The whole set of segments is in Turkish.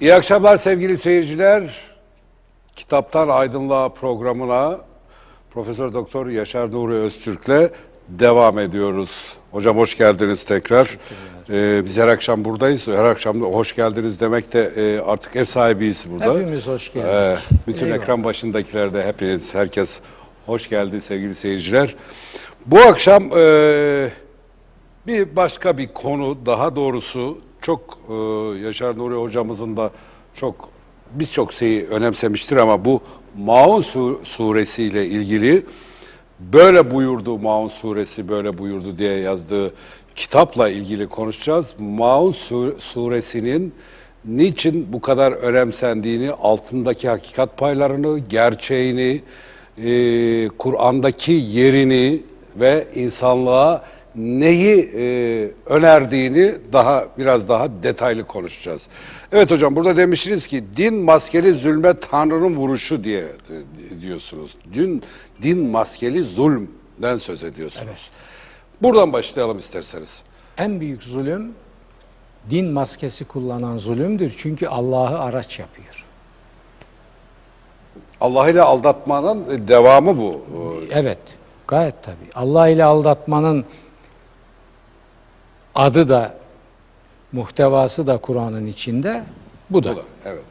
İyi akşamlar sevgili seyirciler. Kitaptan Aydınlığa programına Profesör Doktor Yaşar Nuri Öztürk'le devam ediyoruz. Hocam hoş geldiniz tekrar. Biz her akşam buradayız. Her akşam da hoş geldiniz demek de artık ev sahibiyiz burada. Hepimiz hoş geldik. Bütün ekran başındakiler de hepiniz, herkes hoş geldi sevgili seyirciler. Bu akşam bir başka bir konu, daha doğrusu çok Yaşar Nuri hocamızın da birçok şeyi önemsemiştir ama bu Maun suresiyle ilgili böyle buyurdu, Maun suresi böyle buyurdu diye yazdığı kitapla ilgili konuşacağız. Maun suresinin niçin bu kadar önemsendiğini, altındaki hakikat paylarını, gerçeğini, Kur'an'daki yerini ve insanlığa neyi önerdiğini biraz daha detaylı konuşacağız. Evet hocam, burada demiştiniz ki din maskeli zulme Tanrı'nın vuruşu diyorsunuz. Din maskeli zulmden söz ediyorsunuz. Evet. Buradan başlayalım isterseniz. En büyük zulüm din maskesi kullanan zulümdür. Çünkü Allah'ı araç yapıyor. Allah ile aldatmanın devamı bu. Evet, gayet tabii. Allah ile aldatmanın adı da, muhtevası da Kur'an'ın içinde. Bu da. Evet.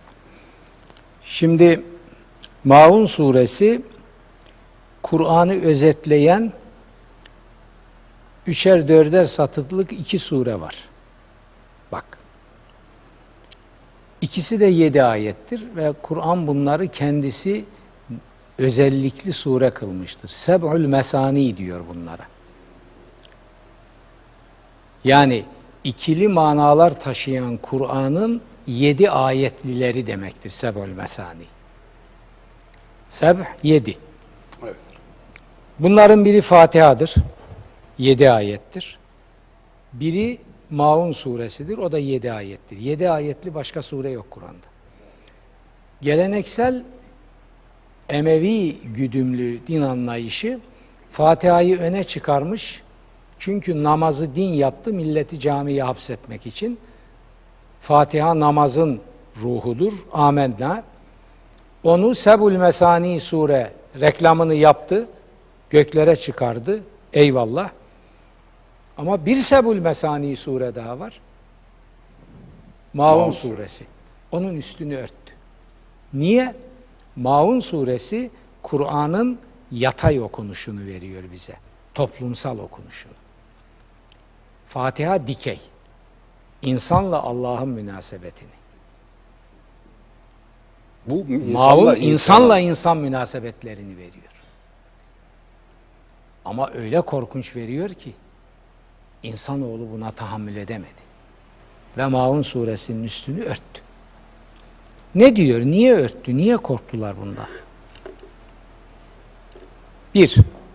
Şimdi Maun suresi Kur'an'ı özetleyen 3'er 4'er satırlık 2 sure var. Bak. İkisi de 7 ayettir ve Kur'an bunları kendisi özellikli sure kılmıştır. Seb'ül mesani diyor bunlara. Yani ikili manalar taşıyan Kur'an'ın 7 ayetlileri demektir Seb'ül mesani. Seb' 7. Evet. Bunların biri Fatiha'dır. 7 ayettir. Biri Maun suresidir. O da 7 ayettir. 7 ayetli başka sure yok Kur'an'da. Geleneksel Emevi güdümlü din anlayışı Fatiha'yı öne çıkarmış. Çünkü namazı din yaptı, milleti camiye hapsetmek için. Fatiha namazın ruhudur. Amenna. Onu Seb'ül Mesani sure reklamını yaptı. Göklere çıkardı. Eyvallah. Ama bir Seb'ül Mesani sure daha var. Maun suresi. Onun üstünü örttü. Niye? Maun suresi Kur'an'ın yatay okunuşunu veriyor bize. Toplumsal okunuşunu. Fatiha dikey. İnsanla Allah'ın münasebetini. Bu Maun insanla insan münasebetlerini veriyor. Ama öyle korkunç veriyor ki insanoğlu buna tahammül edemedi. Ve Maun suresinin üstünü örttü. Ne diyor? Niye örttü? Niye korktular bundan? Bir,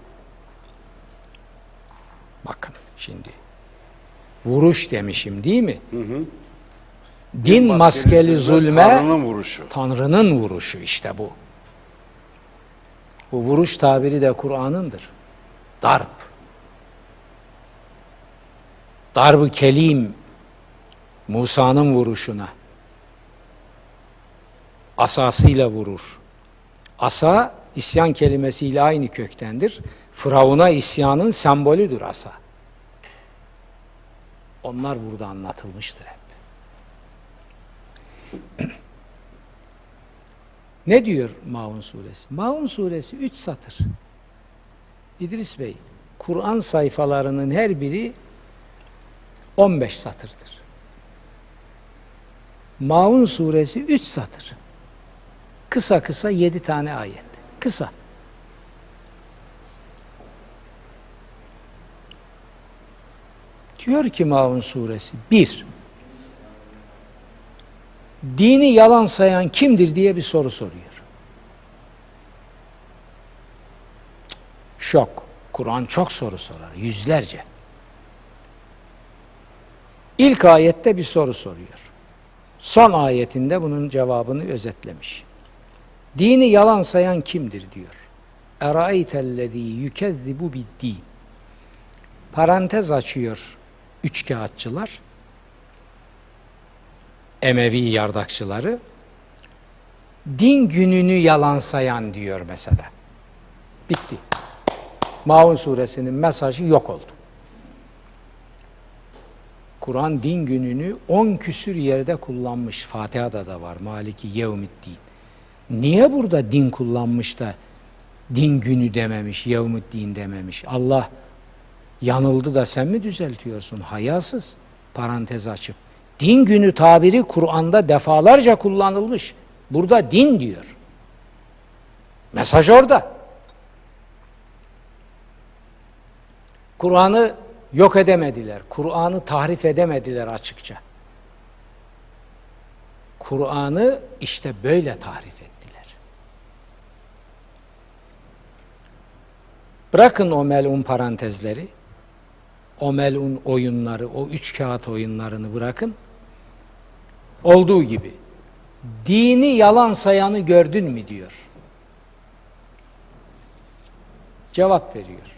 bakın şimdi, vuruş demişim değil mi? Hı hı. Din maskeli zulme Tanrı'nın vuruşu işte bu. Bu vuruş tabiri de Kur'an'ındır. Darp. Darb-ı kelim Musa'nın vuruşuna. Asasıyla vurur. Asa, isyan kelimesiyle aynı köktendir. Firavun'a isyanın sembolüdür asa. Onlar burada anlatılmıştır hep. Ne diyor Maun suresi? Maun suresi 3 satır. İdris Bey, Kur'an sayfalarının her biri 15 satırdır. Maun suresi 3 satır. Kısa kısa 7 tane ayet. Kısa. Diyor ki Maun suresi 1. Dini yalan sayan kimdir diye bir soru soruyor. Şok. Kur'an çok soru sorar. Yüzlerce. İlk ayette bir soru soruyor. Son ayetinde bunun cevabını özetlemiş. Dini yalan sayan kimdir diyor. Eraeytellezî yükezzibu biddîn. Parantez açıyor üçkağıtçılar. Emevi yardakçıları. Din gününü yalansayan diyor mesela. Bitti. Maun suresinin mesajı yok oldu. Kur'an din gününü 10 küsür yerde kullanmış. Fatiha'da da var. Maliki yevmiddin. Niye burada din kullanmış da din günü dememiş, yevmiddin dememiş? Allah yanıldı da sen mi düzeltiyorsun? Hayasız. Parantez açıp. Din günü tabiri Kur'an'da defalarca kullanılmış. Burada din diyor. Mesaj orada. Kur'an'ı yok edemediler. Kur'an'ı tahrif edemediler açıkça. Kur'an'ı işte böyle tahrif ettiler. Bırakın o melun parantezleri, o melun oyunları, o 3 kağıt oyunlarını bırakın. Olduğu gibi. Dini yalan sayanı gördün mü diyor. Cevap veriyor.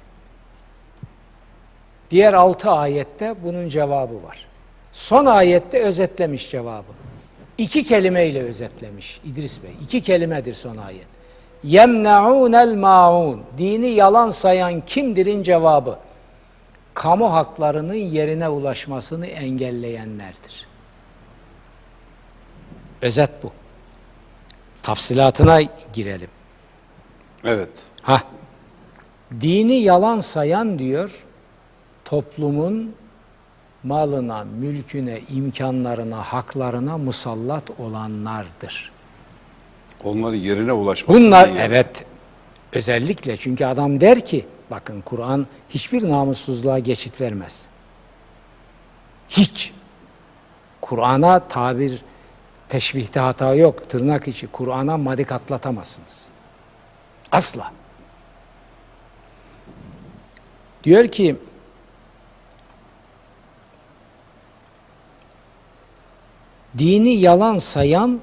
Diğer 6 ayette bunun cevabı var. Son ayette özetlemiş cevabı. 2 kelimeyle özetlemiş İdris Bey. 2 kelimedir son ayet. Yemne'ûnel ma'ûn. Dini yalan sayan kimdirin cevabı. Kamu haklarının yerine ulaşmasını engelleyenlerdir. Özet bu. Tafsilatına girelim. Evet. Dini yalan sayan diyor, toplumun malına, mülküne, imkanlarına, haklarına musallat olanlardır. Onların yerine ulaşması. Bunlar evet, özellikle çünkü adam der ki, bakın Kur'an hiçbir namussuzluğa geçit vermez. Hiç. Kur'an'a tabir, teşbihte hata yok. Tırnak içi. Kur'an'a madik atlatamazsınız. Asla. Diyor ki dini yalan sayan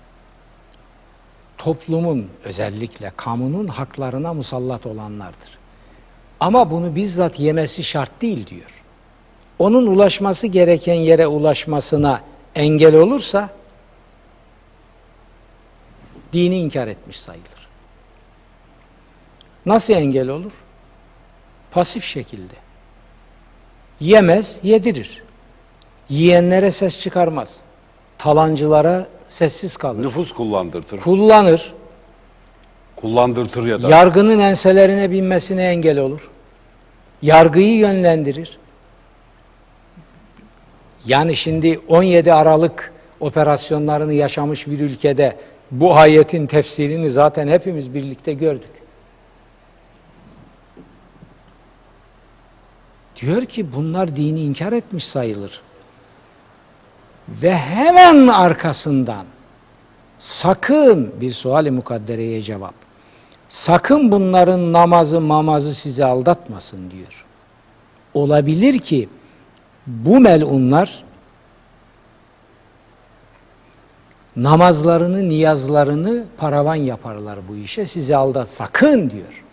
toplumun, özellikle kamunun haklarına musallat olanlardır. Ama bunu bizzat yemesi şart değil diyor. Onun ulaşması gereken yere ulaşmasına engel olursa dini inkar etmiş sayılır. Nasıl engel olur? Pasif şekilde. Yemez, yedirir. Yiyenlere ses çıkarmaz. Talancılara sessiz kalır. Nüfus kullandırtır. Kullanır. Kullandırtır ya da. Yargının enselerine binmesine engel olur. Yargıyı yönlendirir. Yani şimdi 17 Aralık operasyonlarını yaşamış bir ülkede bu ayetin tefsirini zaten hepimiz birlikte gördük. Diyor ki bunlar dini inkar etmiş sayılır. Ve hemen arkasından sakın, bir sual-i mukaddereye cevap, sakın bunların namazı mamazı sizi aldatmasın diyor. Olabilir ki bu melunlar namazlarını, niyazlarını paravan yaparlar bu işe, sizi aldat, sakın diyor.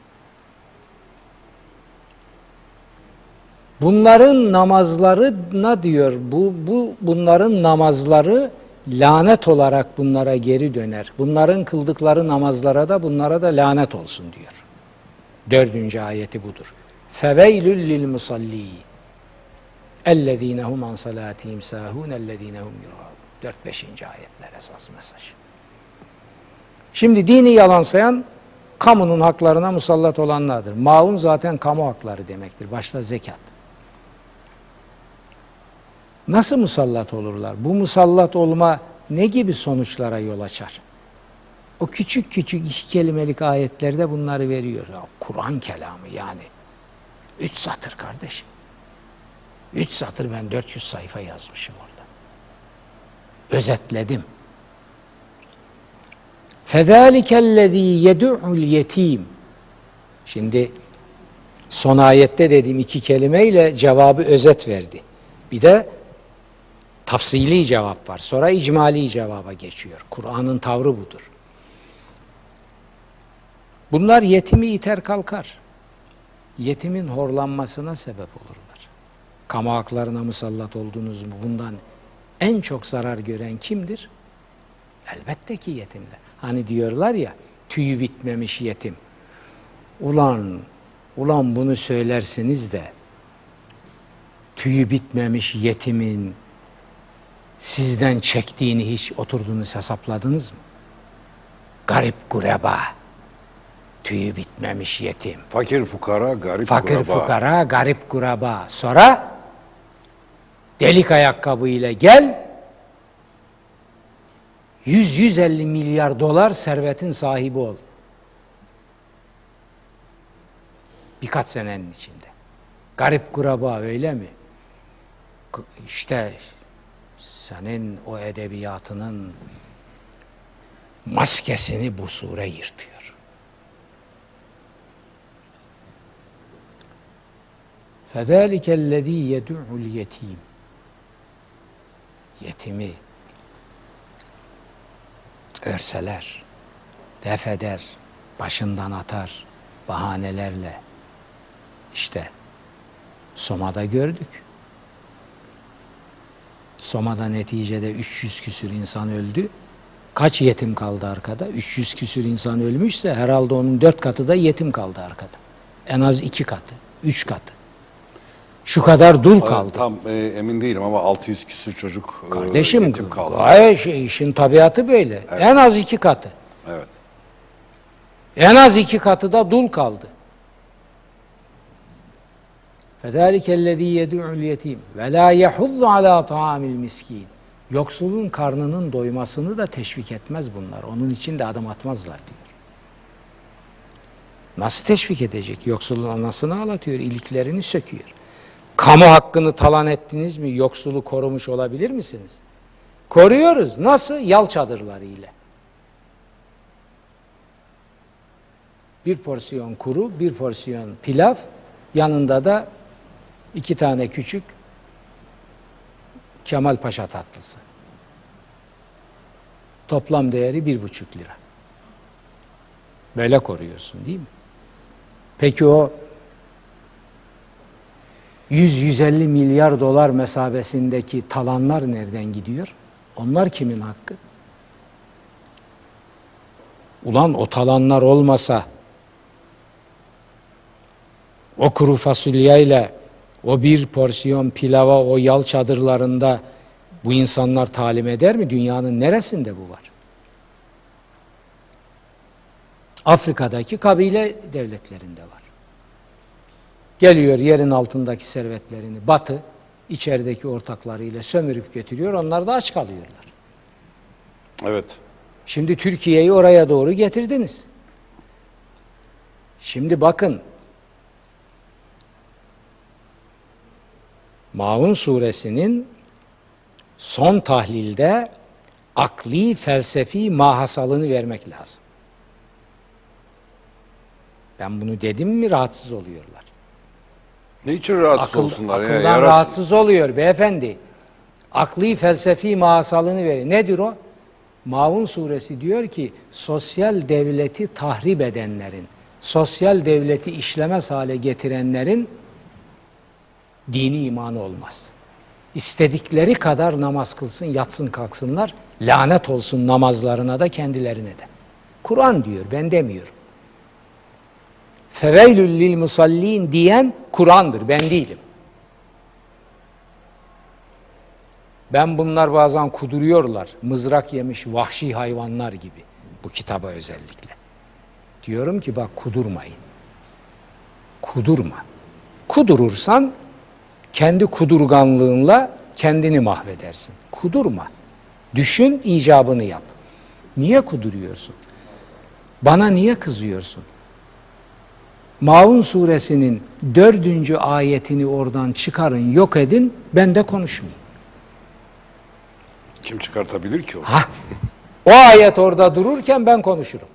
Bunların namazlarına diyor, bunların namazları lanet olarak bunlara geri döner. Bunların kıldıkları namazlara da bunlara da lanet olsun diyor. 4. ayeti budur. Feveylül lil musallî ellezîne hum an salâtihim sâhûn ellezîne hum yurâûn. 4-5. ayetler esas mesaj. Şimdi dini yalansayan kamunun haklarına musallat olanlardır. Maun zaten kamu hakları demektir. Başta zekat. Nasıl musallat olurlar? Bu musallat olma ne gibi sonuçlara yol açar? O küçük küçük 2 kelimelik ayetlerde bunları veriyor. Kur'an kelamı yani. 3 satır kardeşim. 3 satır, ben 400 sayfa yazmışım orada. Özetledim. فَذَٰلِكَ الَّذ۪ي يَدُعُ الْيَت۪يمِ. Şimdi son ayette dediğim 2 kelimeyle cevabı özet verdi. Bir de tafsili cevap var. Sonra icmali cevaba geçiyor. Kur'an'ın tavrı budur. Bunlar yetimi iter kalkar. Yetimin horlanmasına sebep olurlar. Kamu haklarına musallat oldunuz mu bundan en çok zarar gören kimdir? Elbette ki yetimler. Hani diyorlar ya, tüyü bitmemiş yetim. Ulan bunu söylersiniz de tüyü bitmemiş yetimin sizden çektiğini hiç oturdunuz hesapladınız mı? Garip gureba, tüyü bitmemiş yetim. Fakir fukara, garip Fakir gureba. fukara, garip gureba. Sonra delik ayakkabı ile gel, 100-150 milyar dolar servetin sahibi ol. Birkaç senenin içinde. Garip gureba öyle mi? İşte senin o edebiyatının maskesini bu sure yırtıyor. فَذَٰلِكَ الَّذ۪ي يَدُعُ الْيَت۪يمِ Yetimi örseler, defeder, başından atar, bahanelerle. İşte Soma'da gördük. Soma'da neticede 300 küsür insan öldü. Kaç yetim kaldı arkada? 300 küsür insan ölmüşse herhalde onun 4 katı da yetim kaldı arkada. En az 2 katı, 3 katı. Şu kadar dul kaldı. Tam emin değilim ama 600 küsür çocuk Kardeşim, yetim kaldı. işin tabiatı böyle. Evet. En az 2 katı. Evet. En az 2 katı da dul kaldı. فَذَٰلِكَ الَّذ۪ي يَدُعُ الْيَت۪يمِ وَلَا يَحُضُّ عَلَى طَعَامِ الْمِسْك۪ينَ Yoksulun karnının doymasını da teşvik etmez bunlar. Onun için de adım atmazlar diyor. Nasıl teşvik edecek? Yoksulun anasını ağlatıyor, iliklerini söküyor. Kamu hakkını talan ettiniz mi? Yoksulu korumuş olabilir misiniz? Koruyoruz. Nasıl? Yal çadırları ile. Bir porsiyon kuru, bir porsiyon pilav, yanında da 2 tane küçük Kemal Paşa tatlısı. Toplam değeri 1,5 lira. Böyle koruyorsun değil mi? Peki o 100-150 milyar dolar mesabesindeki talanlar nereden gidiyor? Onlar kimin hakkı? Ulan o talanlar olmasa o kuru fasulyeyle o bir porsiyon pilava o yal çadırlarında bu insanlar talim eder mi? Dünyanın neresinde bu var? Afrika'daki kabile devletlerinde var. Geliyor yerin altındaki servetlerini Batı, içerideki ortaklarıyla sömürüp götürüyor. Onlar da aç kalıyorlar. Evet. Şimdi Türkiye'yi oraya doğru getirdiniz. Şimdi bakın, Maun suresinin son tahlilde akli, felsefi mahasalını vermek lazım. Ben bunu dedim mi rahatsız oluyorlar. Ne için rahatsız olsunlar? Akıldan rahatsız oluyor beyefendi. Akli, felsefi mahasalını veriyor. Nedir o? Maun suresi diyor ki sosyal devleti tahrip edenlerin, sosyal devleti işlemez hale getirenlerin dini imanı olmaz. İstedikleri kadar namaz kılsın, yatsın kalksınlar, lanet olsun namazlarına da kendilerine de. Kur'an diyor, ben demiyorum. Feveylül lil musallin diyen Kur'an'dır, ben değilim. Ben bunlar bazen kuduruyorlar, mızrak yemiş vahşi hayvanlar gibi, bu kitaba özellikle. Diyorum ki bak kudurmayın. Kudurma. Kudurursan kendi kudurganlığınla kendini mahvedersin. Kudurma. Düşün, icabını yap. Niye kuduruyorsun? Bana niye kızıyorsun? Maun suresinin 4. ayetini oradan çıkarın, yok edin, ben de konuşmayayım. Kim çıkartabilir ki onu? O ayet orada dururken ben konuşurum.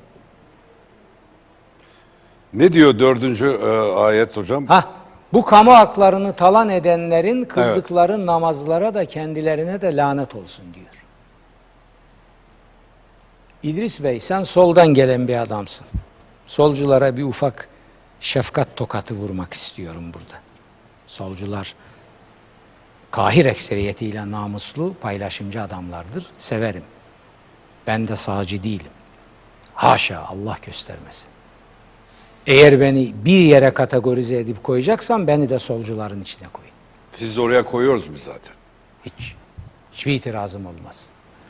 Ne diyor 4. ayet hocam? Bu kamu haklarını talan edenlerin kıldıkları namazlara da kendilerine de lanet olsun diyor. İdris Bey, sen soldan gelen bir adamsın. Solculara bir ufak şefkat tokatı vurmak istiyorum burada. Solcular Kahir ekseriyetiyle namuslu, paylaşımcı adamlardır. Severim. Ben de sağcı değilim. Haşa, Allah göstermesin. Eğer beni bir yere kategorize edip koyacaksan beni de solcuların içine koy. Sizi oraya koyuyoruz biz zaten. Hiçbir itirazım olmaz.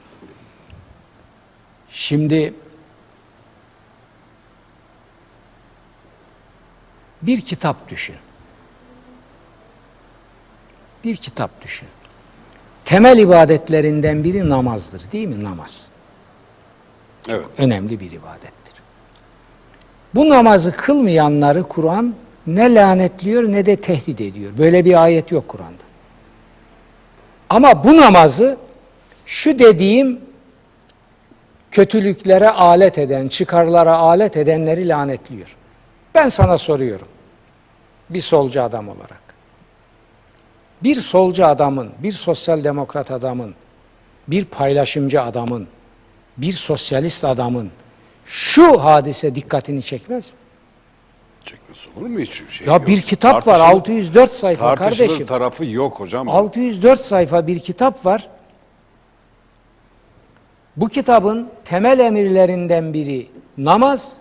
Şimdi bir kitap düşün. Bir kitap düşün. Temel ibadetlerinden biri namazdır, değil mi? Namaz. Evet. Önemli bir ibadettir. Bu namazı kılmayanları Kur'an ne lanetliyor ne de tehdit ediyor. Böyle bir ayet yok Kur'an'da. Ama bu namazı şu dediğim kötülüklere alet eden, çıkarlara alet edenleri lanetliyor. Ben sana soruyorum. Bir solcu adam olarak. Bir solcu adamın, bir sosyal demokrat adamın, bir paylaşımcı adamın, bir sosyalist adamın şu hadise dikkatini çekmez mi? Çekmez olur mu hiçbir şey Ya yok. bir kitap var 604 sayfa Tartışılır kardeşim. tarafı yok hocam. 604 sayfa bir kitap var. Bu kitabın temel emirlerinden biri namaz.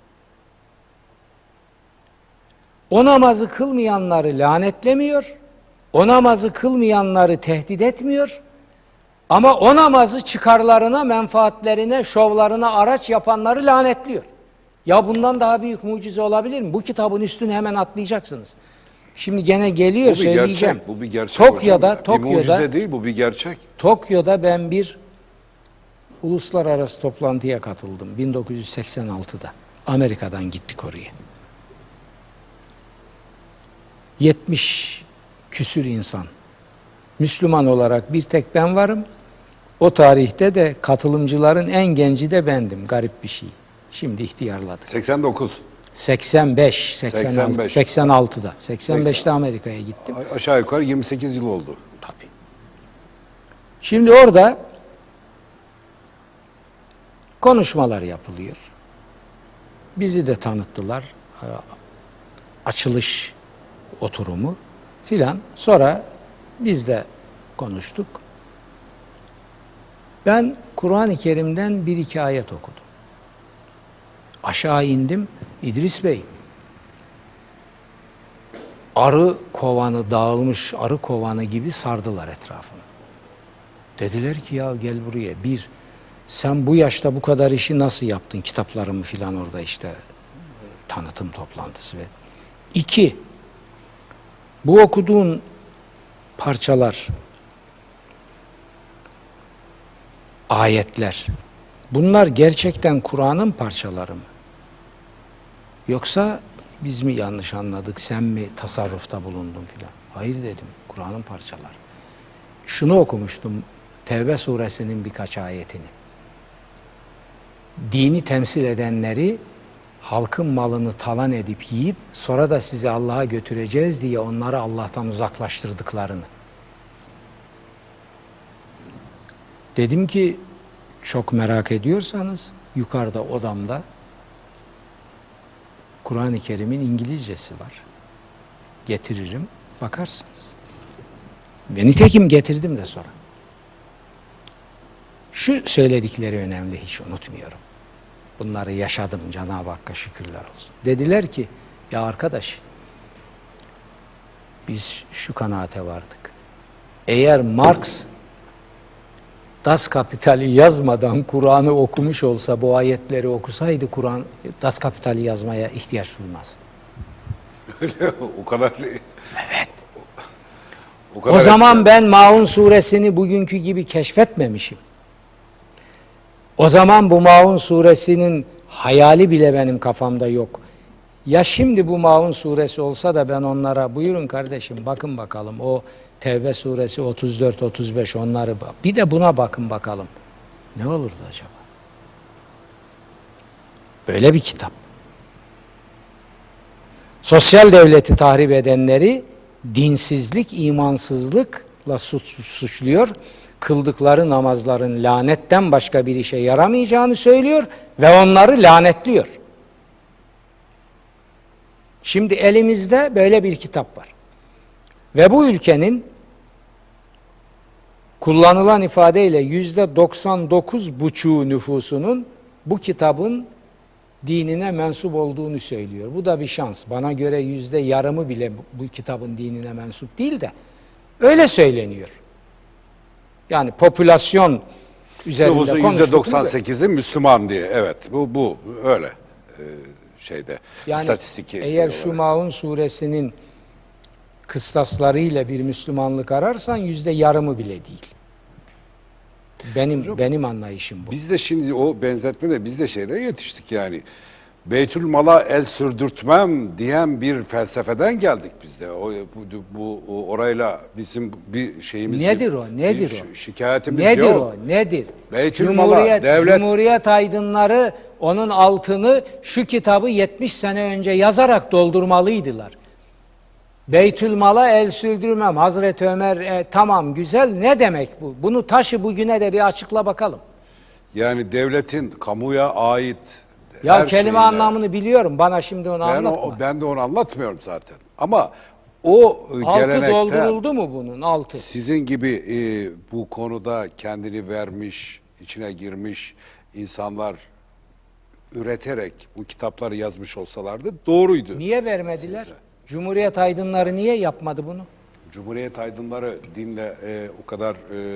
O namazı kılmayanları lanetlemiyor. O namazı kılmayanları tehdit etmiyor. Ama o namazı çıkarlarına, menfaatlerine, şovlarına araç yapanları lanetliyor. Ya bundan daha büyük mucize olabilir mi? Bu kitabın üstüne hemen atlayacaksınız. Şimdi gene geliyor, Bu bir söyleyeceğim. gerçek. Bu bir gerçek Tokyo'da, hocam. Bir mucize değil, bu bir gerçek. Tokyo'da ben bir uluslararası toplantıya katıldım 1986'da. Amerika'dan gittik oraya. 70 küsür insan. Müslüman olarak bir tek ben varım. O tarihte de katılımcıların en genci de bendim. Garip bir şey. Şimdi ihtiyarladık. 89. 85, 86, 86'da. 85'te Amerika'ya gittim. Aşağı yukarı 28 yıl oldu. Tabii. Şimdi orada konuşmalar yapılıyor. Bizi de tanıttılar. Açılış oturumu filan. Sonra biz de konuştuk. Ben Kur'an-ı Kerim'den bir iki ayet okudum. Aşağı indim. İdris Bey, arı kovanı, dağılmış arı kovanı gibi sardılar etrafımı. Dediler ki ya gel buraya. Bir, sen bu yaşta bu kadar işi nasıl yaptın? Kitaplarımı filan orada işte tanıtım toplantısı ve iki, bu okuduğun parçalar, ayetler, bunlar gerçekten Kur'an'ın parçaları mı? Yoksa biz mi yanlış anladık, sen mi tasarrufta bulundun filan? Hayır dedim, Kur'an'ın parçaları. Şunu okumuştum, Tevbe suresinin birkaç ayetini. Dini temsil edenleri halkın malını talan edip yiyip sonra da sizi Allah'a götüreceğiz diye onları Allah'tan uzaklaştırdıklarını. Dedim ki çok merak ediyorsanız yukarıda odamda Kur'an-ı Kerim'in İngilizcesi var. Getiririm, bakarsınız. Ve nitekim getirdim de sonra. Şu söyledikleri önemli, hiç unutmuyorum. Bunları yaşadım, Cenab-ı Hakk'a şükürler olsun. Dediler ki, ya arkadaş, biz şu kanaate vardık. Eğer Marx Das Kapital'i yazmadan Kur'an'ı okumuş olsa, bu ayetleri okusaydı Kur'an Das Kapital'i yazmaya ihtiyaç duymazdı. Öyle o kadar. Evet. O kadar O zaman ben Maun suresini bugünkü gibi keşfetmemişim. O zaman bu Maun suresinin hayali bile benim kafamda yok. Ya şimdi bu Maun suresi olsa da ben onlara buyurun kardeşim bakın bakalım o Tevbe suresi 34-35 onları bir de buna bakın bakalım. Ne olurdu acaba? Böyle bir kitap. Sosyal devleti tahrip edenleri dinsizlik, imansızlıkla suçluyor. Kıldıkları namazların lanetten başka bir işe yaramayacağını söylüyor ve onları lanetliyor. Şimdi elimizde böyle bir kitap var. Ve bu ülkenin kullanılan ifadeyle %99,5 nüfusunun bu kitabın dinine mensup olduğunu söylüyor. Bu da bir şans. Bana göre yarımı bile bu kitabın dinine mensup değil de öyle söyleniyor. Yani popülasyon üzerinde Nüfusun konuştuk. %98'i Müslüman diye. Evet, bu öyle şeyde. Yani İstatistiki eğer olarak. şu Maun suresinin kıstaslarıyla bir Müslümanlık ararsan yarımı bile değil. Benim anlayışım bu. Biz de şimdi o benzetme de biz de şeyde yetiştik yani. Beytül Mal'a el sürdürtmem diyen bir felsefeden geldik biz de. Bu orayla bizim bir şeyimiz Nedir bir, o? Nedir bir o? şikayetimiz Nedir yok. o? Nedir? Beytül Mal'a devlet Cumhuriyet aydınları onun altını şu kitabı 70 sene önce yazarak doldurmalıydılar. Beytül Mal'a el sürdürmem. Hazreti Ömer tamam güzel ne demek bu? Bunu taşı bugüne de bir açıkla bakalım. yani devletin kamuya ait Ya her kelime şeyle, anlamını biliyorum. Bana şimdi onu anlatma. ben de onu anlatmıyorum zaten. Ama o Altı gelenekte dolduruldu mu bunun altı? sizin gibi bu konuda kendini vermiş, içine girmiş insanlar üreterek bu kitapları yazmış olsalardı doğruydu. Niye vermediler? Cumhuriyet aydınları niye yapmadı bunu? Cumhuriyet aydınları dinle o kadar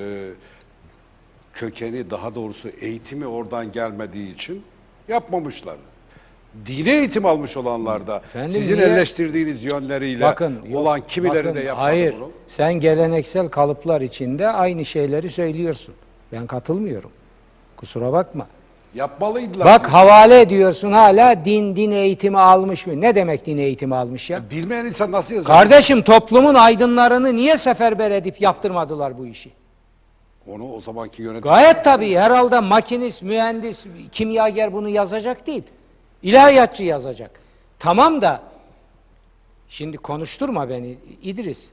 kökeni, daha doğrusu eğitimi oradan gelmediği için yapmamışlar. Dine eğitim almış olanlar da Efendim, sizin niye? eleştirdiğiniz yönleriyle olan kimileri de yapmadı hayır, bunu. sen geleneksel kalıplar içinde aynı şeyleri söylüyorsun. Ben katılmıyorum. Kusura bakma. Yapmalıydılar. Bak havale ediyorsun hala din eğitimi almış mı? Ne demek din eğitimi almış ya? Bilmeyen insan nasıl yazar? Kardeşim toplumun aydınlarını niye seferber edip yaptırmadılar bu işi? Onu o zamanki yönetim... Gayet tabii herhalde makinist, mühendis, kimyager bunu yazacak değil. İlahiyatçı yazacak. Tamam da şimdi konuşturma beni İdris.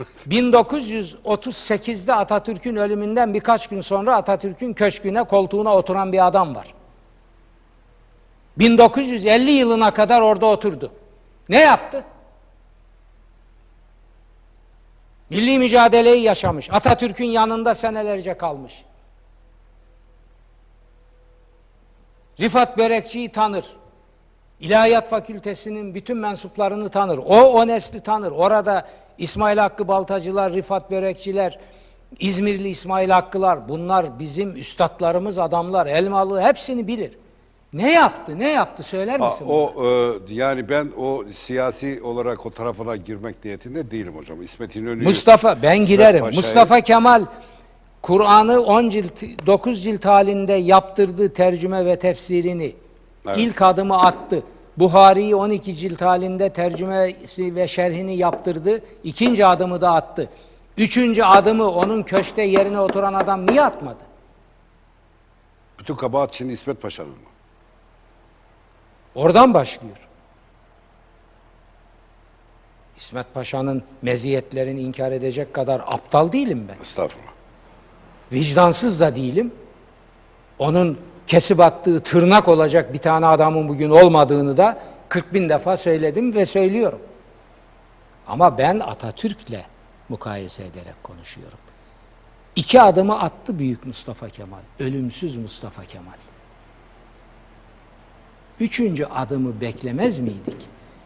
1938'de Atatürk'ün ölümünden birkaç gün sonra Atatürk'ün köşküne, koltuğuna oturan bir adam var. 1950 yılına kadar orada oturdu. Ne yaptı? Milli mücadeleyi yaşamış. Atatürk'ün yanında senelerce kalmış. Rifat Börekçi'yi tanır. İlahiyat Fakültesinin bütün mensuplarını tanır. O nesli tanır. Orada İsmail Hakkı Baltacılar, Rifat Börekçiler, İzmirli İsmail Hakkılar, bunlar bizim üstadlarımız, adamlar, Elmalı hepsini bilir. Ne yaptı? Ne yaptı? Söyler misin? Yani ben o siyasi olarak o tarafına girmek niyetinde değilim hocam. İsmet İnönü... Mustafa, ben girerim. Paşa'yı- Mustafa Kemal Kur'an'ı 10 cilt, 9 cilt halinde yaptırdı tercüme ve tefsirini. Evet. İlk adımı attı. Buhari'yi 12 cilt halinde tercümesi ve şerhini yaptırdı. İkinci adımı da attı. Üçüncü adımı onun köşkte yerine oturan adam niye atmadı? Bütün kabahat şimdi İsmet Paşa'nın mı? Oradan başlıyor. İsmet Paşa'nın meziyetlerini inkar edecek kadar aptal değilim ben. Estağfurullah. Vicdansız da değilim. Onun kesip attığı tırnak olacak bir tane adamın bugün olmadığını da 40.000 defa söyledim ve söylüyorum. Ama ben Atatürk'le mukayese ederek konuşuyorum. 2 adımı attı büyük Mustafa Kemal. Ölümsüz Mustafa Kemal. 3. adımı beklemez miydik?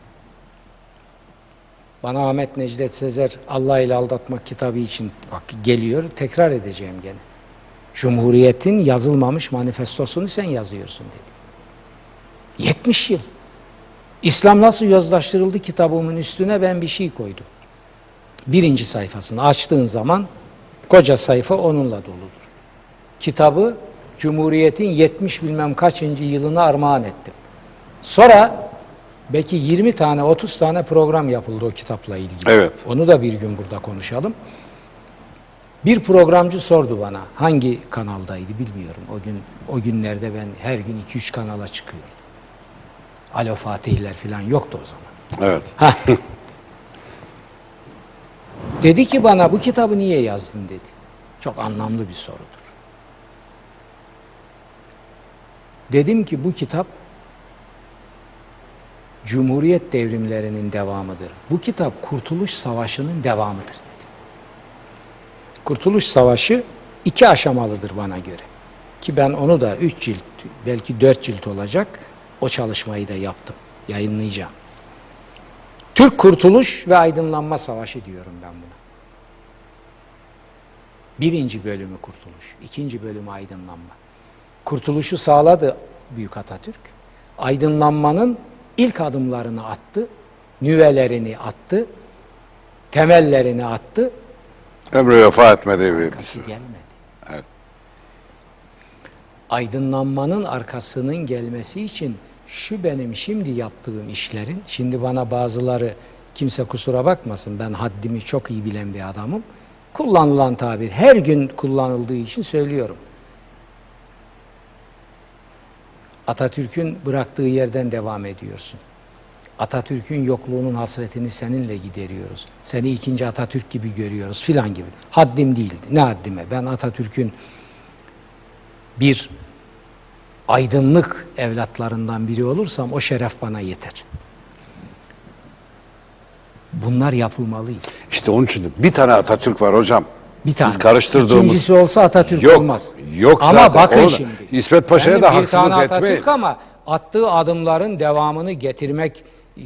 Bana Ahmet Necdet Sezer Allah ile Aldatmak kitabı için bak geliyor, tekrar edeceğim gene. Cumhuriyetin yazılmamış manifestosunu sen yazıyorsun dedi. 70 yıl. İslam nasıl yozlaştırıldı kitabımın üstüne ben bir şey koydum. 1. sayfasını açtığın zaman koca sayfa onunla doludur. Kitabı Cumhuriyet'in 70 bilmem kaçıncı yılına armağan ettim. Sonra belki 20 tane 30 tane program yapıldı o kitapla ilgili. Evet. Onu da bir gün burada konuşalım. Bir programcı sordu bana hangi kanaldaydı bilmiyorum. O günlerde ben her gün 2-3 kanala çıkıyordum. Alo Fatihler falan yoktu o zaman. Evet. Dedi ki bana bu kitabı niye yazdın dedi. Çok anlamlı bir sorudur. Dedim ki bu kitap Cumhuriyet devrimlerinin devamıdır. Bu kitap Kurtuluş Savaşı'nın devamıdır dedi. Kurtuluş Savaşı iki aşamalıdır bana göre. Ki ben onu da 3 cilt, belki 4 cilt olacak, o çalışmayı da yaptım, yayınlayacağım. Türk Kurtuluş ve Aydınlanma Savaşı diyorum ben buna. Birinci bölümü kurtuluş, ikinci bölümü aydınlanma. Kurtuluşu sağladı Büyük Atatürk. Aydınlanmanın ilk adımlarını attı, nüvelerini attı, temellerini attı. Ömrü vefa etmedi. Arkası gelmedi. Evet. Aydınlanmanın arkasının gelmesi için şu benim şimdi yaptığım işlerin, şimdi bana bazıları, kimse kusura bakmasın, ben haddimi çok iyi bilen bir adamım. Kullanılan tabir, her gün kullanıldığı için söylüyorum. Atatürk'ün bıraktığı yerden devam ediyorsun. Atatürk'ün yokluğunun hasretini seninle gideriyoruz. Seni ikinci Atatürk gibi görüyoruz filan gibi. Haddim değildi. Ne haddime? Ben Atatürk'ün bir aydınlık evlatlarından biri olursam o şeref bana yeter. Bunlar yapılmalıydı. İşte onun için bir tane Atatürk var hocam. Bir tane. Biz karıştırdığımız. İkincisi olsa Atatürk Yok, olmaz. yok ama zaten. bakın Orada şimdi. İsmet Paşa'ya Benim da bir haksızlık tane Atatürk etmeyin. ama attığı adımların devamını getirmek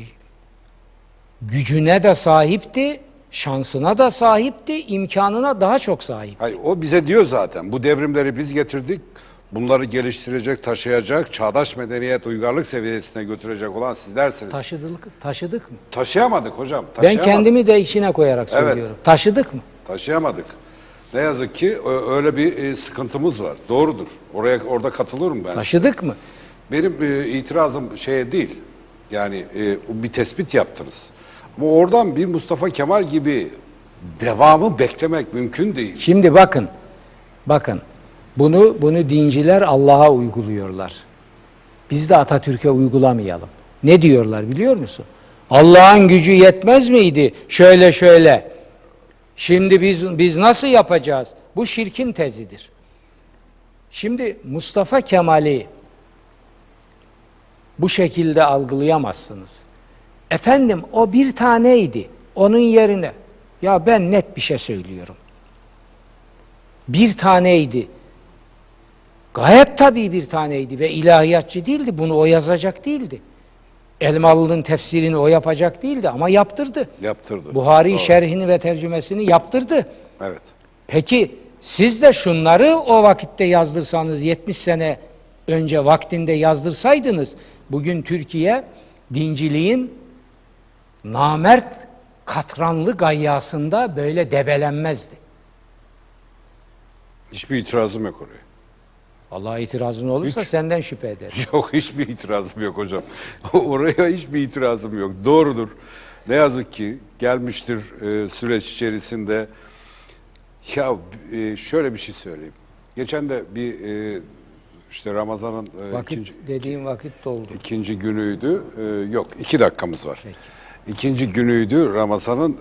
gücüne de sahipti, şansına da sahipti, imkanına daha çok sahip. Hayır, o bize diyor zaten. Bu devrimleri biz getirdik. Bunları geliştirecek, taşıyacak, çağdaş medeniyet, uygarlık seviyesine götürecek olan sizlersiniz. Taşıdık mı? Taşıyamadık hocam. Ben Taşıyamadık. kendimi de içine koyarak söylüyorum. Taşıdık mı? Taşıyamadık. Ne yazık ki öyle bir sıkıntımız var. Doğrudur. Orada katılıyorum ben. Taşıdık mı? Benim itirazım şeye değil. Yani bir tespit yaptınız. Ama oradan bir Mustafa Kemal gibi devamı beklemek mümkün değil. Şimdi bakın. Bunu dinciler Allah'a uyguluyorlar. Biz de Atatürk'e uygulamayalım. Ne diyorlar biliyor musun? Allah'ın gücü yetmez miydi? Şöyle. Şimdi biz nasıl yapacağız? Bu şirkin tezidir. Şimdi Mustafa Kemal'i bu şekilde algılayamazsınız. Efendim o bir taneydi. Onun yerine ya ben net bir şey söylüyorum. Bir taneydi. Gayet tabii bir taneydi ve ilahiyatçı değildi. Bunu o yazacak değildi. Elmalı'nın tefsirini o yapacak değildi ama yaptırdı. Yaptırdı. Buhari Doğru. şerhini ve tercümesini yaptırdı. Evet. Peki siz de şunları o vakitte yazdırsanız, 70 sene önce vaktinde yazdırsaydınız, bugün Türkiye dinciliğin namert katranlı gayyasında böyle debelenmezdi. Hiçbir itirazım yok oraya. Allah'a itirazın olursa senden şüphe ederim. Yok, hiçbir itirazım yok hocam. Oraya hiçbir itirazım yok. Doğrudur. Ne yazık ki gelmiştir süreç içerisinde. Ya şöyle bir şey söyleyeyim. Geçen de bir işte Ramazan'ın Dediğim vakit doldu. ikinci günüydü. Yok, 2 dakikamız var. Peki. İkinci günüydü Ramazan'ın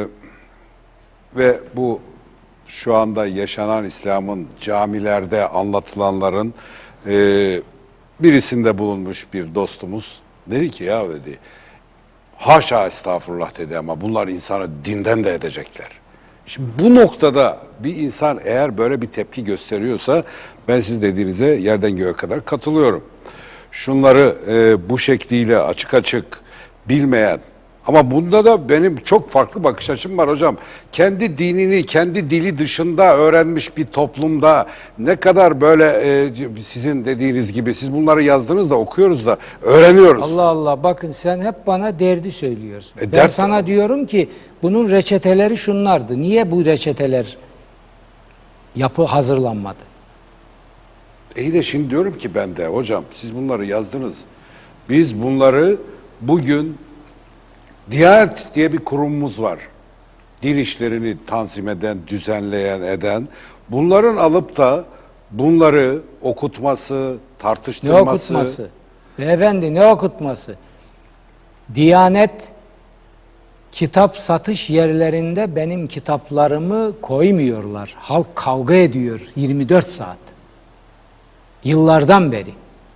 ve bu şu anda yaşanan İslam'ın camilerde anlatılanların birisinde bulunmuş bir dostumuz dedi ki ya dedi, haşa estağfurullah dedi ama bunlar insanı dinden de edecekler. Şimdi bu noktada bir insan eğer böyle bir tepki gösteriyorsa ben siz dediğinize yerden göğe kadar katılıyorum. Şunları bu şekliyle açık açık bilmeyen, ama bunda da benim çok farklı bakış açım var hocam. Kendi dinini, kendi dili dışında öğrenmiş bir toplumda ne kadar böyle sizin dediğiniz gibi, siz bunları yazdınız da okuyoruz da öğreniyoruz. Allah Allah, bakın sen hep bana derdi söylüyorsun. Ben dert sana diyorum ki bunun reçeteleri şunlardı. Niye bu reçeteler hazırlanmadı? İyi de şimdi diyorum ki ben de hocam siz bunları yazdınız. Biz bunları bugün Diyanet diye bir kurumumuz var. Din işlerini tanzim eden, düzenleyen, eden. Bunların alıp da bunları okutması, tartıştırması. Ne okutması? Beyefendi ne okutması? Diyanet kitap satış yerlerinde benim kitaplarımı koymuyorlar. Halk kavga ediyor 24 saat. Yıllardan beri.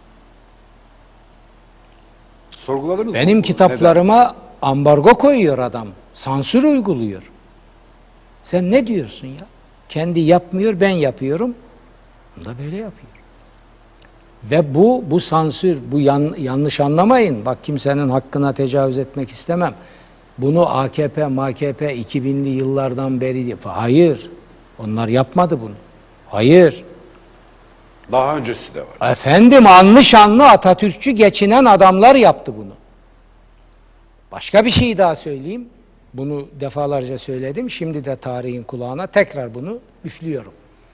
Sorguladınız mı? Benim kitaplarıma ambargo koyuyor adam. Sansür uyguluyor. Sen ne diyorsun ya? Kendi yapmıyor, ben yapıyorum. Bunu da böyle yapıyor. Ve bu sansür, bu yanlış anlamayın. Bak, kimsenin hakkına tecavüz etmek istemem. Bunu AKP, MAKP 2000'li yıllardan beri... Hayır. Onlar yapmadı bunu. Hayır. Daha öncesi de var. Efendim, anlı şanlı Atatürkçü geçinen adamlar yaptı bunu. Başka bir şey daha söyleyeyim. Bunu defalarca söyledim. Şimdi de tarihin kulağına tekrar bunu üflüyorum.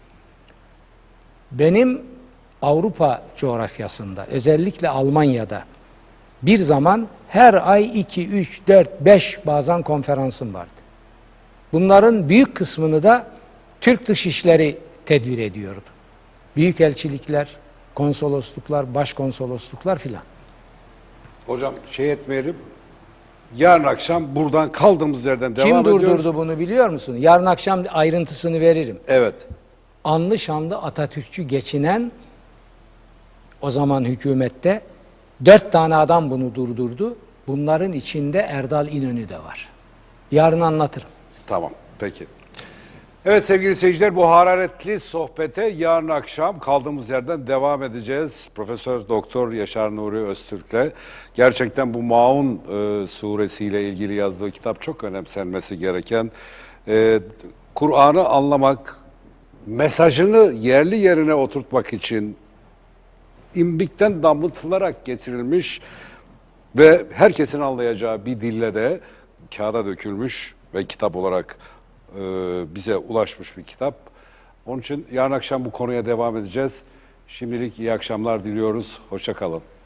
Benim Avrupa coğrafyasında, özellikle Almanya'da bir zaman her ay 2, 3, 4, 5 bazen konferansım vardı. Bunların büyük kısmını da Türk Dışişleri tedbir ediyordu. Büyükelçilikler, konsolosluklar, başkonsolosluklar filan. Hocam şey etmeyelim. Yarın akşam buradan kaldığımız yerden devam Kim ediyoruz. durdurdu bunu biliyor musun? Yarın akşam ayrıntısını veririm. Evet. Anlı şanlı Atatürkçü geçinen o zaman hükümette 4 tane adam bunu durdurdu. Bunların içinde Erdal İnönü de var. Yarın anlatırım. Tamam. Peki. Evet sevgili seyirciler, bu hararetli sohbete yarın akşam kaldığımız yerden devam edeceğiz. Profesör Doktor Yaşar Nuri Öztürk'le. Gerçekten bu Maun suresiyle ilgili yazdığı kitap çok önemsenmesi gereken. Kur'an'ı anlamak, mesajını yerli yerine oturtmak için imbikten damlatılarak getirilmiş ve herkesin anlayacağı bir dille de kağıda dökülmüş ve kitap olarak bize ulaşmış bir kitap. Onun için yarın akşam bu konuya devam edeceğiz. Şimdilik iyi akşamlar diliyoruz. Hoşça kalın.